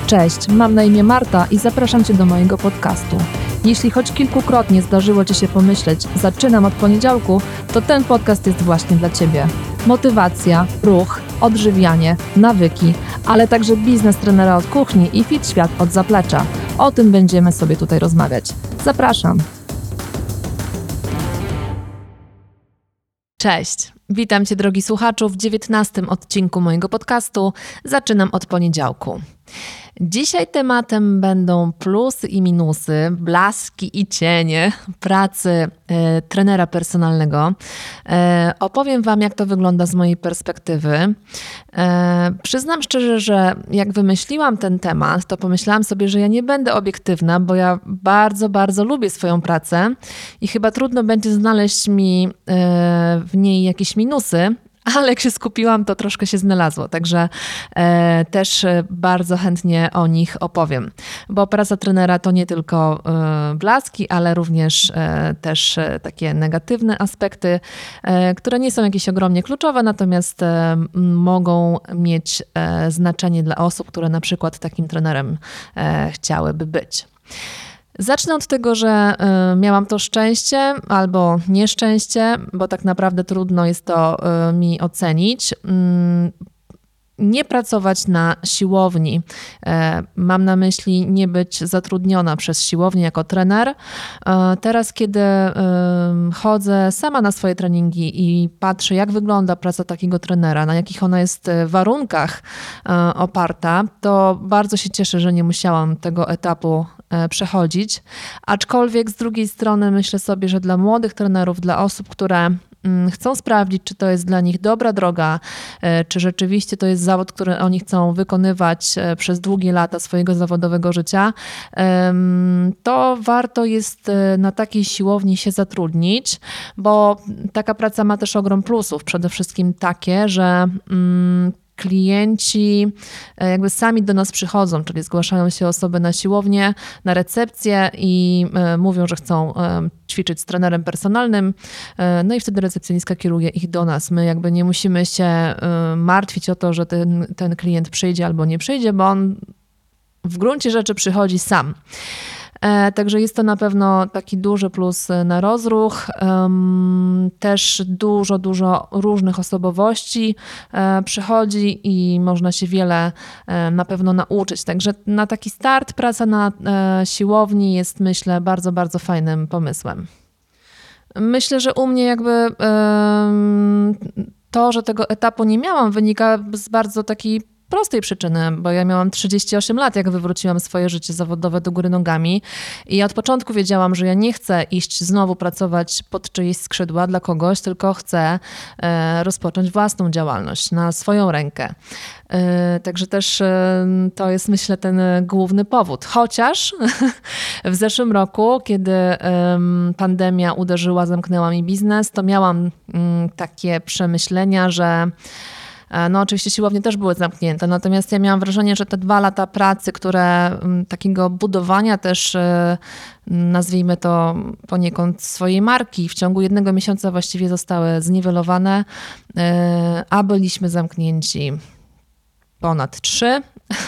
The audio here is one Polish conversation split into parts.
Cześć, mam na imię Marta i zapraszam Cię do mojego podcastu. Jeśli choć kilkukrotnie zdarzyło Ci się pomyśleć, zaczynam od poniedziałku, to ten podcast jest właśnie dla Ciebie. Motywacja, ruch, odżywianie, nawyki, ale także biznes trenera od kuchni i fit świat od zaplecza. O tym będziemy sobie tutaj rozmawiać. Zapraszam. Cześć, witam Cię drogi słuchaczu w 19. odcinku mojego podcastu. Zaczynam od poniedziałku. Dzisiaj tematem będą plusy i minusy, blaski i cienie pracy trenera personalnego. Opowiem Wam, jak to wygląda z mojej perspektywy. Przyznam szczerze, że jak wymyśliłam ten temat, to pomyślałam sobie, że ja nie będę obiektywna, bo ja bardzo, bardzo lubię swoją pracę i chyba trudno będzie znaleźć mi w niej jakieś minusy. Ale jak się skupiłam, to troszkę się znalazło, także też bardzo chętnie o nich opowiem. Bo praca trenera to nie tylko blaski, ale również też takie negatywne aspekty, które nie są jakieś ogromnie kluczowe, natomiast mogą mieć znaczenie dla osób, które na przykład takim trenerem chciałyby być. Zacznę od tego, że miałam to szczęście albo nieszczęście, bo tak naprawdę trudno jest to mi ocenić. Nie pracować na siłowni. Mam na myśli nie być zatrudniona przez siłownię jako trener. Teraz, kiedy chodzę sama na swoje treningi i patrzę, jak wygląda praca takiego trenera, na jakich ona jest warunkach oparta, to bardzo się cieszę, że nie musiałam tego etapu przechodzić. Aczkolwiek z drugiej strony myślę sobie, że dla młodych trenerów, dla osób, które chcą sprawdzić, czy to jest dla nich dobra droga, czy rzeczywiście to jest zawód, który oni chcą wykonywać przez długie lata swojego zawodowego życia, to warto jest na takiej siłowni się zatrudnić, bo taka praca ma też ogrom plusów. Przede wszystkim takie, że klienci jakby sami do nas przychodzą, czyli zgłaszają się osoby na siłownię, na recepcję i mówią, że chcą ćwiczyć z trenerem personalnym, no i wtedy recepcjonistka kieruje ich do nas. My jakby nie musimy się martwić o to, że ten klient przyjdzie albo nie przyjdzie, bo on w gruncie rzeczy przychodzi sam. Także jest to na pewno taki duży plus na rozruch. Też dużo różnych osobowości przychodzi i można się wiele na pewno nauczyć. Także na taki start praca na siłowni jest, myślę, bardzo, bardzo fajnym pomysłem. Myślę, że u mnie jakby to, że tego etapu nie miałam, wynika z bardzo takiej prostej przyczyny, bo ja miałam 38 lat, jak wywróciłam swoje życie zawodowe do góry nogami i ja od początku wiedziałam, że ja nie chcę iść znowu pracować pod czyjeś skrzydła dla kogoś, tylko chcę rozpocząć własną działalność na swoją rękę. Także też to jest, myślę, ten główny powód. Chociaż w zeszłym roku, kiedy pandemia uderzyła, zamknęła mi biznes, to miałam takie przemyślenia, że no oczywiście siłownie też były zamknięte, natomiast ja miałam wrażenie, że te 2 lata pracy, takiego budowania też, nazwijmy to poniekąd swojej marki, w ciągu 1 miesiąca właściwie zostały zniwelowane, a byliśmy zamknięci ponad 3.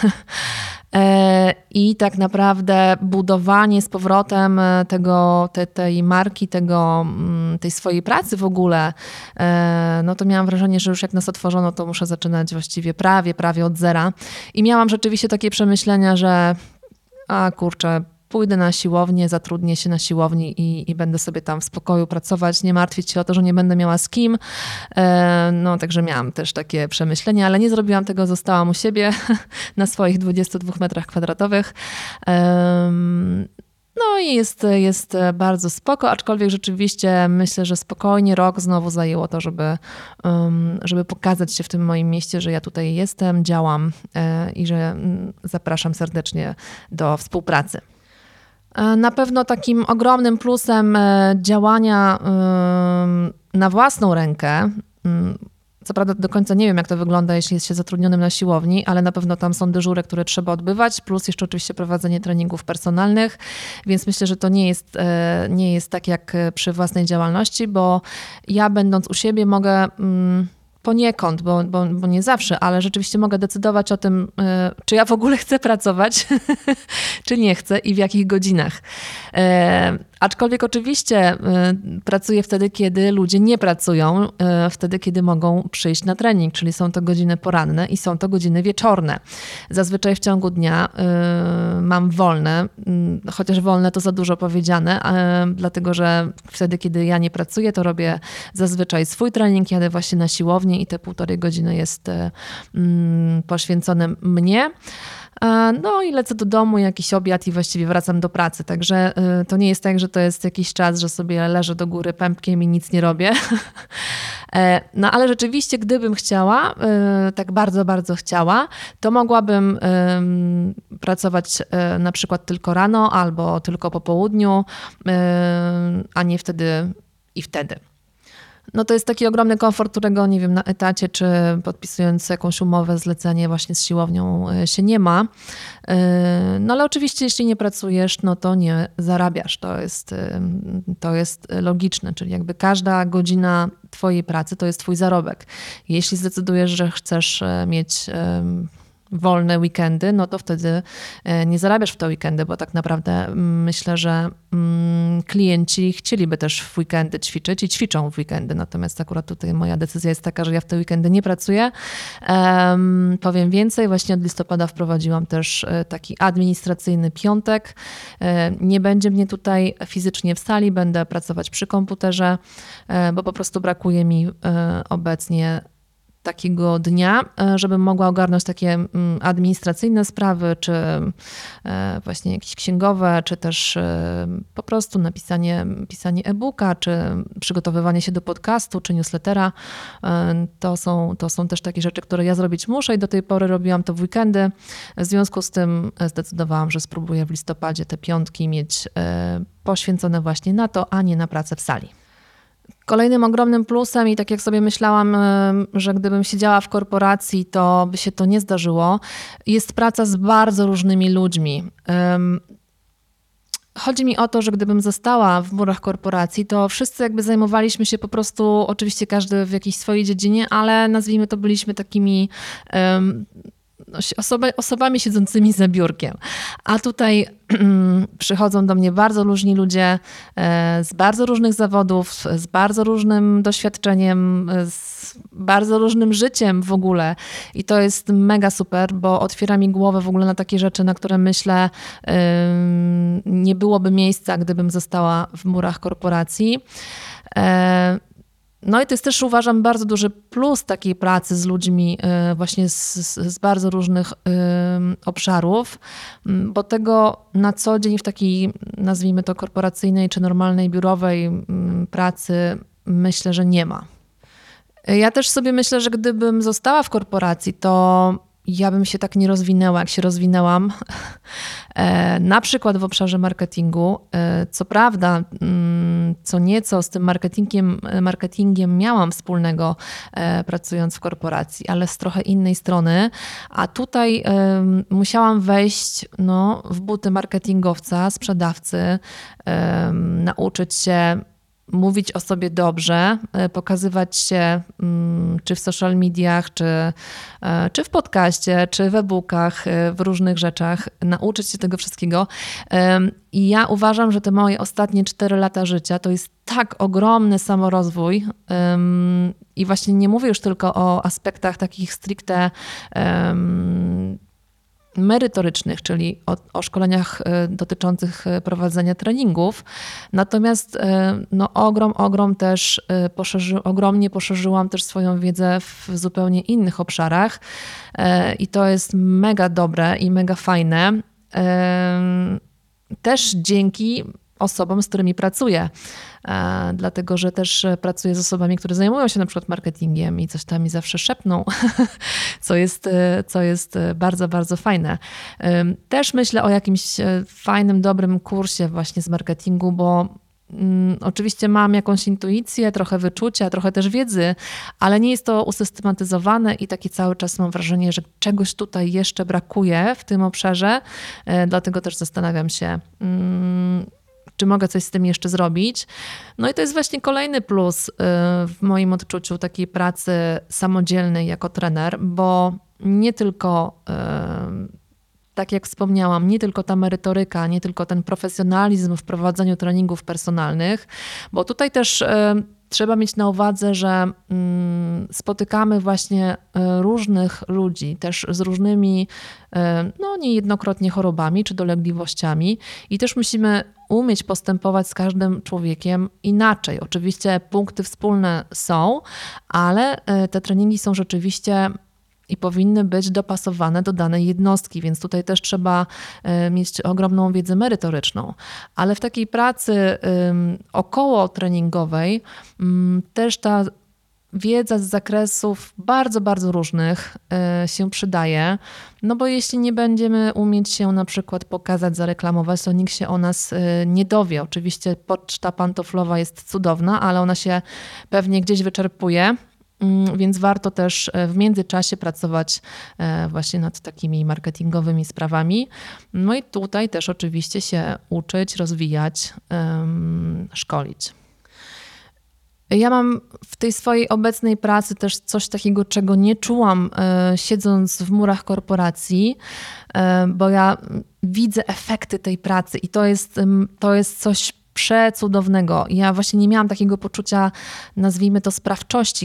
I tak naprawdę budowanie z powrotem tej marki, tej swojej pracy w ogóle, no to miałam wrażenie, że już jak nas otworzono, to muszę zaczynać właściwie prawie od zera. I miałam rzeczywiście takie przemyślenia, że pójdę na siłownię, zatrudnię się na siłowni i będę sobie tam w spokoju pracować, nie martwić się o to, że nie będę miała z kim. No także miałam też takie przemyślenia, ale nie zrobiłam tego, zostałam u siebie na swoich 22 metrach kwadratowych. No i jest bardzo spoko, aczkolwiek rzeczywiście myślę, że spokojnie rok znowu zajęło to, żeby pokazać się w tym moim mieście, że ja tutaj jestem, działam i że zapraszam serdecznie do współpracy. Na pewno takim ogromnym plusem działania na własną rękę, co prawda do końca nie wiem, jak to wygląda, jeśli jest się zatrudnionym na siłowni, ale na pewno tam są dyżury, które trzeba odbywać, plus jeszcze oczywiście prowadzenie treningów personalnych, więc myślę, że to nie jest tak jak przy własnej działalności, bo ja będąc u siebie mogę poniekąd, bo nie zawsze, ale rzeczywiście mogę decydować o tym, czy ja w ogóle chcę pracować, czy nie chcę i w jakich godzinach. Aczkolwiek oczywiście pracuję wtedy, kiedy ludzie nie pracują, wtedy, kiedy mogą przyjść na trening, czyli są to godziny poranne i są to godziny wieczorne. Zazwyczaj w ciągu dnia mam wolne, chociaż wolne to za dużo powiedziane, dlatego że wtedy, kiedy ja nie pracuję, to robię zazwyczaj swój trening, jadę właśnie na siłownię i te 1,5 godziny jest poświęcone mnie. No i lecę do domu, jakiś obiad i właściwie wracam do pracy. Także to nie jest tak, że to jest jakiś czas, że sobie leżę do góry pępkiem i nic nie robię. No ale rzeczywiście, gdybym chciała, tak bardzo, bardzo chciała, to mogłabym pracować na przykład tylko rano albo tylko po południu, a nie wtedy i wtedy. No to jest taki ogromny komfort, którego nie wiem, na etacie czy podpisując jakąś umowę, zlecenie właśnie z siłownią się nie ma. No ale oczywiście jeśli nie pracujesz, no to nie zarabiasz. To jest logiczne, czyli jakby każda godzina twojej pracy to jest twój zarobek. Jeśli zdecydujesz, że chcesz mieć wolne weekendy, no to wtedy nie zarabiasz w te weekendy, bo tak naprawdę myślę, że klienci chcieliby też w weekendy ćwiczyć i ćwiczą w weekendy. Natomiast akurat tutaj moja decyzja jest taka, że ja w te weekendy nie pracuję. Powiem więcej, właśnie od listopada wprowadziłam też taki administracyjny piątek. Nie będzie mnie tutaj fizycznie w sali, będę pracować przy komputerze, bo po prostu brakuje mi obecnie takiego dnia, żebym mogła ogarnąć takie administracyjne sprawy, czy właśnie jakieś księgowe, czy też po prostu pisanie e-booka, czy przygotowywanie się do podcastu, czy newslettera. To są też takie rzeczy, które ja zrobić muszę i do tej pory robiłam to w weekendy. W związku z tym zdecydowałam, że spróbuję w listopadzie te piątki mieć poświęcone właśnie na to, a nie na pracę w sali. Kolejnym ogromnym plusem i tak jak sobie myślałam, że gdybym siedziała w korporacji, to by się to nie zdarzyło, jest praca z bardzo różnymi ludźmi. Chodzi mi o to, że gdybym została w murach korporacji, to wszyscy jakby zajmowaliśmy się po prostu, oczywiście każdy w jakiejś swojej dziedzinie, ale nazwijmy to byliśmy takimi osobami siedzącymi za biurkiem. A tutaj przychodzą do mnie bardzo różni ludzie z bardzo różnych zawodów, z bardzo różnym doświadczeniem, z bardzo różnym życiem w ogóle. I to jest mega super, bo otwiera mi głowę w ogóle na takie rzeczy, na które myślę nie byłoby miejsca, gdybym została w murach korporacji. No i to jest też, uważam, bardzo duży plus takiej pracy z ludźmi właśnie z bardzo różnych obszarów, bo tego na co dzień w takiej, nazwijmy to, korporacyjnej czy normalnej biurowej pracy myślę, że nie ma. Ja też sobie myślę, że gdybym została w korporacji, to ja bym się tak nie rozwinęła, jak się rozwinęłam, na przykład w obszarze marketingu. Co prawda, co nieco z tym marketingiem miałam wspólnego pracując w korporacji, ale z trochę innej strony, a tutaj musiałam wejść w buty marketingowca, sprzedawcy, nauczyć się mówić o sobie dobrze, pokazywać się czy w social mediach, czy w podcaście, czy w e-bookach, w różnych rzeczach, nauczyć się tego wszystkiego. I ja uważam, że te moje ostatnie 4 lata życia to jest tak ogromny samorozwój i właśnie nie mówię już tylko o aspektach takich stricte merytorycznych, czyli o szkoleniach dotyczących prowadzenia treningów. Natomiast ogrom też ogromnie poszerzyłam też swoją wiedzę w zupełnie innych obszarach i to jest mega dobre i mega fajne. Też dzięki osobom, z którymi pracuję. Dlatego, że też pracuję z osobami, które zajmują się na przykład marketingiem i coś tam mi zawsze szepną, co jest bardzo, bardzo fajne. Też myślę o jakimś fajnym, dobrym kursie właśnie z marketingu, bo oczywiście mam jakąś intuicję, trochę wyczucia, trochę też wiedzy, ale nie jest to usystematyzowane i takie cały czas mam wrażenie, że czegoś tutaj jeszcze brakuje w tym obszarze, dlatego też zastanawiam się, czy mogę coś z tym jeszcze zrobić. No i to jest właśnie kolejny plus w moim odczuciu takiej pracy samodzielnej jako trener, bo nie tylko, tak jak wspomniałam, nie tylko ta merytoryka, nie tylko ten profesjonalizm w prowadzeniu treningów personalnych, bo tutaj też trzeba mieć na uwadze, że spotykamy właśnie różnych ludzi, też z różnymi, no niejednokrotnie chorobami czy dolegliwościami i też musimy umieć postępować z każdym człowiekiem inaczej. Oczywiście punkty wspólne są, ale te treningi są rzeczywiście i powinny być dopasowane do danej jednostki, więc tutaj też trzeba mieć ogromną wiedzę merytoryczną. Ale w takiej pracy około treningowej też ta wiedza z zakresów bardzo, bardzo różnych się przydaje, no bo jeśli nie będziemy umieć się na przykład pokazać, zareklamować, to nikt się o nas nie dowie. Oczywiście poczta pantoflowa jest cudowna, ale ona się pewnie gdzieś wyczerpuje. Więc warto też w międzyczasie pracować właśnie nad takimi marketingowymi sprawami. No i tutaj też oczywiście się uczyć, rozwijać, szkolić. Ja mam w tej swojej obecnej pracy też coś takiego, czego nie czułam siedząc w murach korporacji, bo ja widzę efekty tej pracy i to jest coś przecudownego. Ja właśnie nie miałam takiego poczucia, nazwijmy to, sprawczości,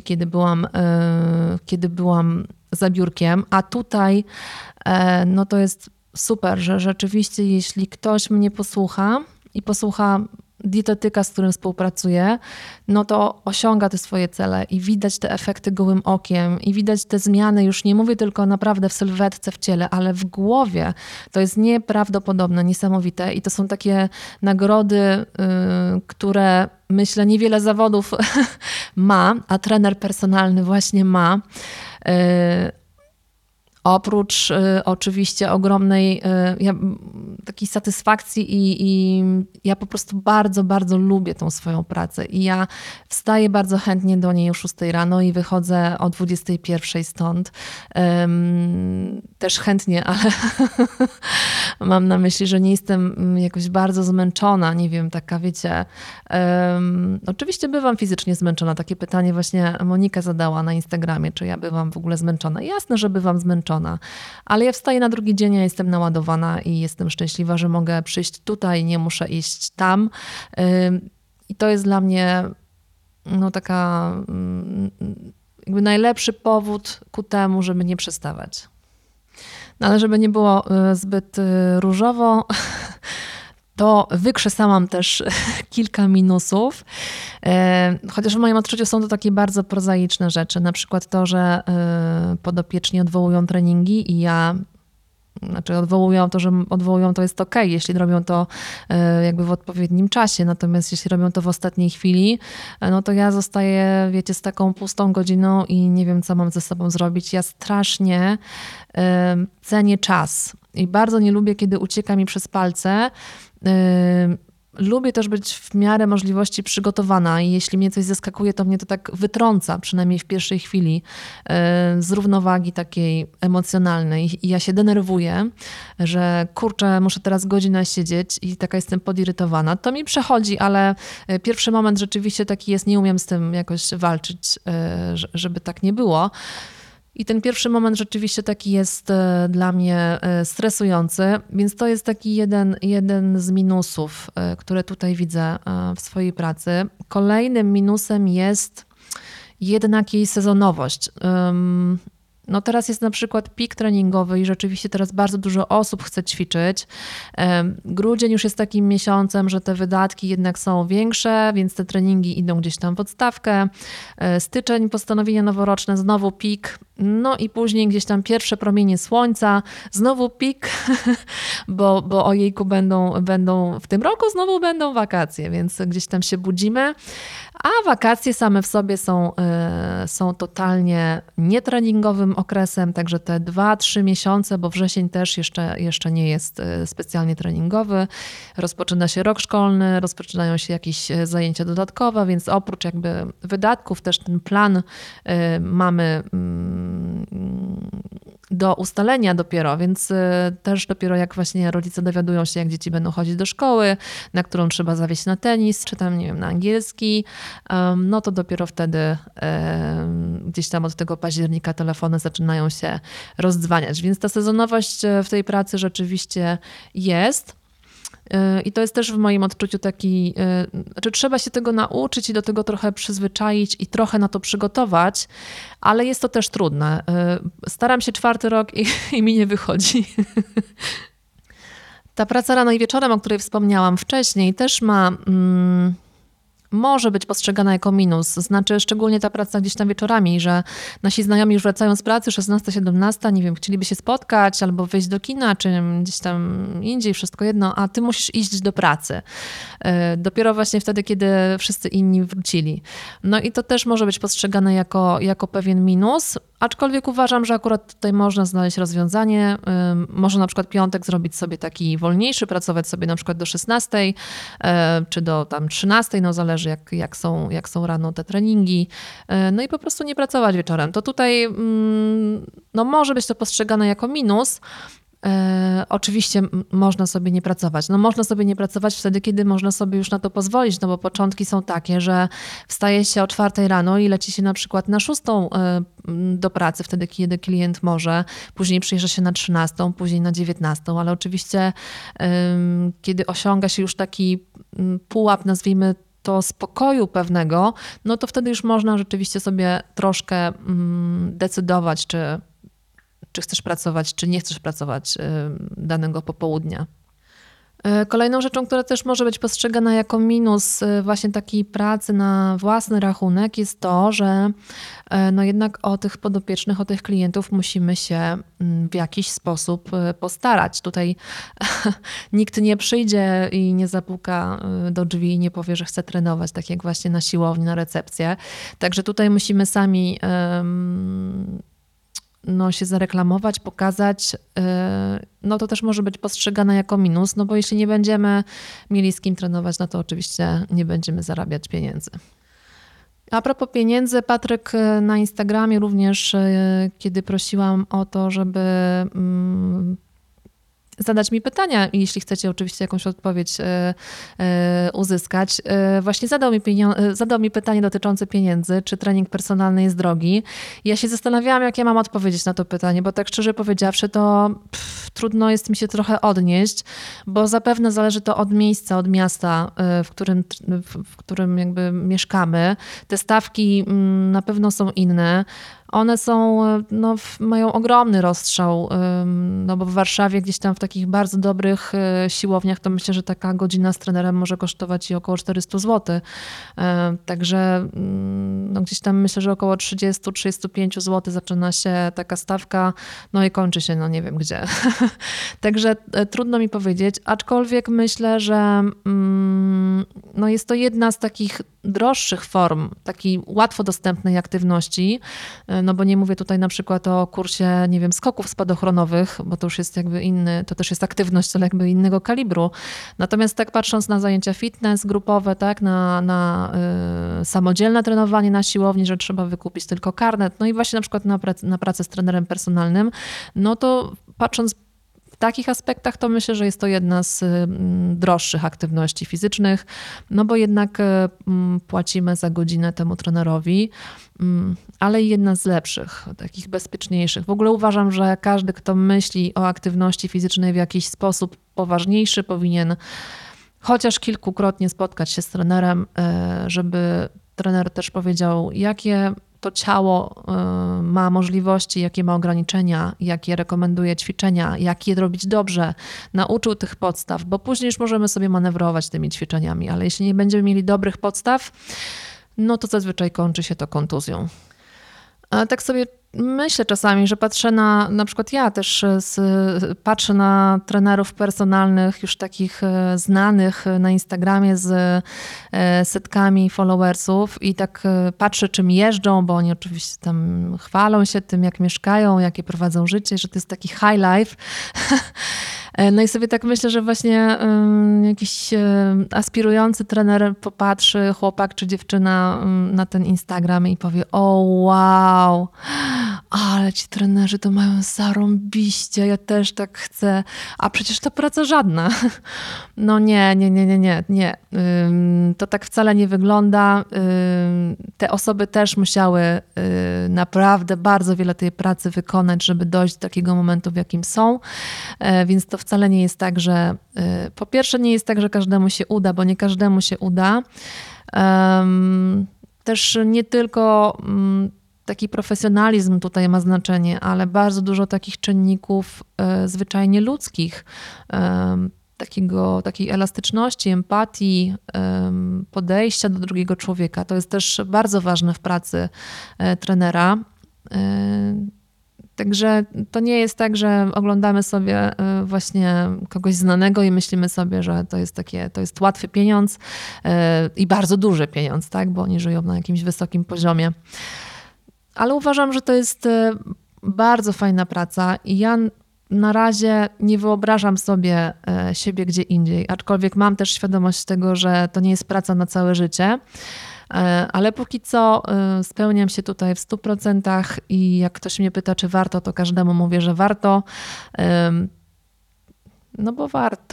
kiedy byłam za biurkiem, a tutaj no to jest super, że rzeczywiście jeśli ktoś mnie posłucha i posłucha dietetyka, z którym współpracuję, no to osiąga te swoje cele i widać te efekty gołym okiem i widać te zmiany, już nie mówię tylko naprawdę w sylwetce, w ciele, ale w głowie. To jest nieprawdopodobne, niesamowite i to są takie nagrody, które myślę niewiele zawodów ma, a trener personalny właśnie ma. Oprócz oczywiście ogromnej takiej satysfakcji i ja po prostu bardzo, bardzo lubię tą swoją pracę i ja wstaję bardzo chętnie do niej o 6 rano i wychodzę o 21 stąd. Też chętnie, ale mam na myśli, że nie jestem jakoś bardzo zmęczona, nie wiem, taka wiecie. Oczywiście bywam fizycznie zmęczona. Takie pytanie właśnie Monika zadała na Instagramie, czy ja bywam w ogóle zmęczona. Jasne, że bywam zmęczona. Ale ja wstaję na drugi dzień, ja jestem naładowana i jestem szczęśliwa, że mogę przyjść tutaj, nie muszę iść tam. I to jest dla mnie no taka jakby najlepszy powód ku temu, żeby nie przestawać. No ale żeby nie było zbyt różowo, to wykrzesałam też kilka minusów, chociaż w moim odczuciu są to takie bardzo prozaiczne rzeczy, na przykład to, że podopieczni odwołują treningi i odwołują to jest okej, jeśli robią to jakby w odpowiednim czasie, natomiast jeśli robią to w ostatniej chwili, no to ja zostaję, wiecie, z taką pustą godziną i nie wiem, co mam ze sobą zrobić. Ja strasznie cenię czas i bardzo nie lubię, kiedy ucieka mi przez palce. Lubię też być w miarę możliwości przygotowana i jeśli mnie coś zaskakuje, to mnie to tak wytrąca, przynajmniej w pierwszej chwili, z równowagi takiej emocjonalnej. I ja się denerwuję, że kurczę, muszę teraz godzinę siedzieć i taka jestem podirytowana. To mi przechodzi, ale pierwszy moment rzeczywiście taki jest, nie umiem z tym jakoś walczyć, żeby tak nie było. I ten pierwszy moment rzeczywiście taki jest dla mnie stresujący, więc to jest taki jeden z minusów, które tutaj widzę w swojej pracy. Kolejnym minusem jest jednak jej sezonowość. No teraz jest na przykład pik treningowy i rzeczywiście teraz bardzo dużo osób chce ćwiczyć. Grudzień już jest takim miesiącem, że te wydatki jednak są większe, więc te treningi idą gdzieś tam w odstawkę. Styczeń, postanowienia noworoczne, znowu pik. No i później gdzieś tam pierwsze promienie słońca, znowu pik, bo ojejku będą w tym roku znowu będą wakacje, więc gdzieś tam się budzimy. A wakacje same w sobie są totalnie nietreningowym okresem, także te 2-3 miesiące, bo wrzesień też jeszcze nie jest specjalnie treningowy. Rozpoczyna się rok szkolny, rozpoczynają się jakieś zajęcia dodatkowe, więc oprócz jakby wydatków też ten plan mamy do ustalenia dopiero, więc też dopiero jak właśnie rodzice dowiadują się, jak dzieci będą chodzić do szkoły, na którą trzeba zawieźć na tenis, czy tam, nie wiem, na angielski, no to dopiero wtedy gdzieś tam od tego października telefony zaczynają się rozdzwaniać. Więc ta sezonowość w tej pracy rzeczywiście jest. I to jest też w moim odczuciu taki, znaczy trzeba się tego nauczyć i do tego trochę przyzwyczaić i trochę na to przygotować, ale jest to też trudne. Staram się 4. rok i mi nie wychodzi. Ta praca rano i wieczorem, o której wspomniałam wcześniej, też może być postrzegana jako minus. Znaczy szczególnie ta praca gdzieś tam wieczorami, że nasi znajomi już wracają z pracy 16-17, nie wiem, chcieliby się spotkać albo wyjść do kina, czy gdzieś tam indziej, wszystko jedno, a ty musisz iść do pracy. Dopiero właśnie wtedy, kiedy wszyscy inni wrócili. No i to też może być postrzegane jako pewien minus, aczkolwiek uważam, że akurat tutaj można znaleźć rozwiązanie. Można na przykład piątek zrobić sobie taki wolniejszy, pracować sobie na przykład do 16 czy do tam 13, no zależy jak są rano te treningi. No i po prostu nie pracować wieczorem. To tutaj no może być to postrzegane jako minus. Oczywiście można sobie nie pracować. No można sobie nie pracować wtedy, kiedy można sobie już na to pozwolić, no bo początki są takie, że wstaje się o 4 rano i leci się na przykład na 6 do pracy, wtedy kiedy klient może, później przyjeżdża się na 13, później na 19, ale oczywiście kiedy osiąga się już taki pułap, nazwijmy to spokoju pewnego, no to wtedy już można rzeczywiście sobie troszkę decydować, czy chcesz pracować, czy nie chcesz pracować danego popołudnia. Kolejną rzeczą, która też może być postrzegana jako minus właśnie takiej pracy na własny rachunek jest to, że no jednak o tych podopiecznych, o tych klientów musimy się w jakiś sposób postarać. Tutaj nikt nie przyjdzie i nie zapuka do drzwi i nie powie, że chce trenować, tak jak właśnie na siłowni, na recepcję. Także tutaj musimy sami się zareklamować, pokazać, no to też może być postrzegane jako minus, no bo jeśli nie będziemy mieli z kim trenować, no to oczywiście nie będziemy zarabiać pieniędzy. A propos pieniędzy, Patryk na Instagramie również, kiedy prosiłam o to, żeby zadać mi pytania, jeśli chcecie oczywiście jakąś odpowiedź uzyskać. Właśnie zadał mi pytanie dotyczące pieniędzy, czy trening personalny jest drogi. Ja się zastanawiałam, jak ja mam odpowiedzieć na to pytanie, bo tak szczerze powiedziawszy, to trudno jest mi się trochę odnieść, bo zapewne zależy to od miejsca, od miasta, w którym jakby mieszkamy. Te stawki na pewno są inne. One są, mają ogromny rozstrzał, no bo w Warszawie gdzieś tam w takich bardzo dobrych siłowniach to myślę, że taka godzina z trenerem może kosztować i około 400 zł. Także gdzieś tam myślę, że około 30-35 zł zaczyna się taka stawka, no i kończy się, no nie wiem gdzie. Także trudno mi powiedzieć, aczkolwiek myślę, że jest to jedna z takich droższych form, takiej łatwo dostępnej aktywności, no bo nie mówię tutaj na przykład o kursie, nie wiem, skoków spadochronowych, bo to już jest jakby inny, to też jest aktywność, ale jakby innego kalibru. Natomiast tak patrząc na zajęcia fitness grupowe, tak, na samodzielne trenowanie na siłowni, że trzeba wykupić tylko karnet, no i właśnie na przykład na pracę z trenerem personalnym, no to patrząc w takich aspektach to myślę, że jest to jedna z droższych aktywności fizycznych, no bo jednak płacimy za godzinę temu trenerowi, ale i jedna z lepszych, takich bezpieczniejszych. W ogóle uważam, że każdy, kto myśli o aktywności fizycznej w jakiś sposób poważniejszy, powinien chociaż kilkukrotnie spotkać się z trenerem, żeby trener też powiedział, jakie to ciało ma możliwości, jakie ma ograniczenia, jakie rekomenduje ćwiczenia, jak je robić dobrze, nauczył tych podstaw, bo później już możemy sobie manewrować tymi ćwiczeniami, ale jeśli nie będziemy mieli dobrych podstaw, no to zazwyczaj kończy się to kontuzją. Ale tak sobie myślę czasami, że patrzę na przykład ja też patrzę na trenerów personalnych, już takich znanych na Instagramie z setkami followersów i tak patrzę, czym jeżdżą, bo oni oczywiście tam chwalą się tym, jak mieszkają, jakie prowadzą życie, że to jest taki high life. No i sobie tak myślę, że właśnie jakiś aspirujący trener popatrzy, chłopak czy dziewczyna na ten Instagram i powie: o wow, ale ci trenerzy to mają zarąbiście, ja też tak chcę, a przecież to praca żadna. No nie. To tak wcale nie wygląda. Te osoby też musiały naprawdę bardzo wiele tej pracy wykonać, żeby dojść do takiego momentu, w jakim są. Więc to wcale nie jest tak, że po pierwsze nie jest tak, że każdemu się uda, bo nie każdemu się uda. Też nie tylko taki profesjonalizm tutaj ma znaczenie, ale bardzo dużo takich czynników zwyczajnie ludzkich, takiej elastyczności, empatii, podejścia do drugiego człowieka. To jest też bardzo ważne w pracy trenera. Także to nie jest tak, że oglądamy sobie właśnie kogoś znanego i myślimy sobie, że to jest łatwy pieniądz i bardzo duży pieniądz, tak? Bo oni żyją na jakimś wysokim poziomie. Ale uważam, że to jest bardzo fajna praca i ja na razie nie wyobrażam sobie siebie gdzie indziej, aczkolwiek mam też świadomość tego, że to nie jest praca na całe życie. Ale póki co spełniam się tutaj w 100% i jak ktoś mnie pyta, czy warto, to każdemu mówię, że warto. No bo warto.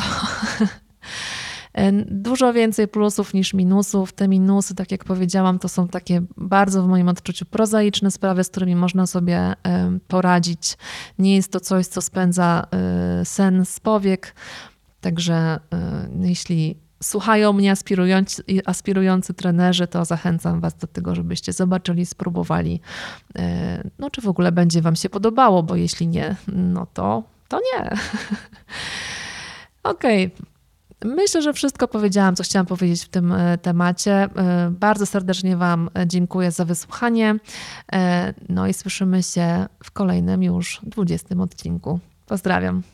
Dużo więcej plusów niż minusów. Te minusy, tak jak powiedziałam, to są takie bardzo w moim odczuciu prozaiczne sprawy, z którymi można sobie poradzić. Nie jest to coś, co spędza sen z powiek. Także jeśli słuchają mnie aspirujący trenerzy, to zachęcam was do tego, żebyście zobaczyli, spróbowali, no czy w ogóle będzie wam się podobało, bo jeśli nie, no to nie. Okej. Myślę, że wszystko powiedziałam, co chciałam powiedzieć w tym temacie. Bardzo serdecznie wam dziękuję za wysłuchanie. No i słyszymy się w kolejnym już 20 odcinku. Pozdrawiam.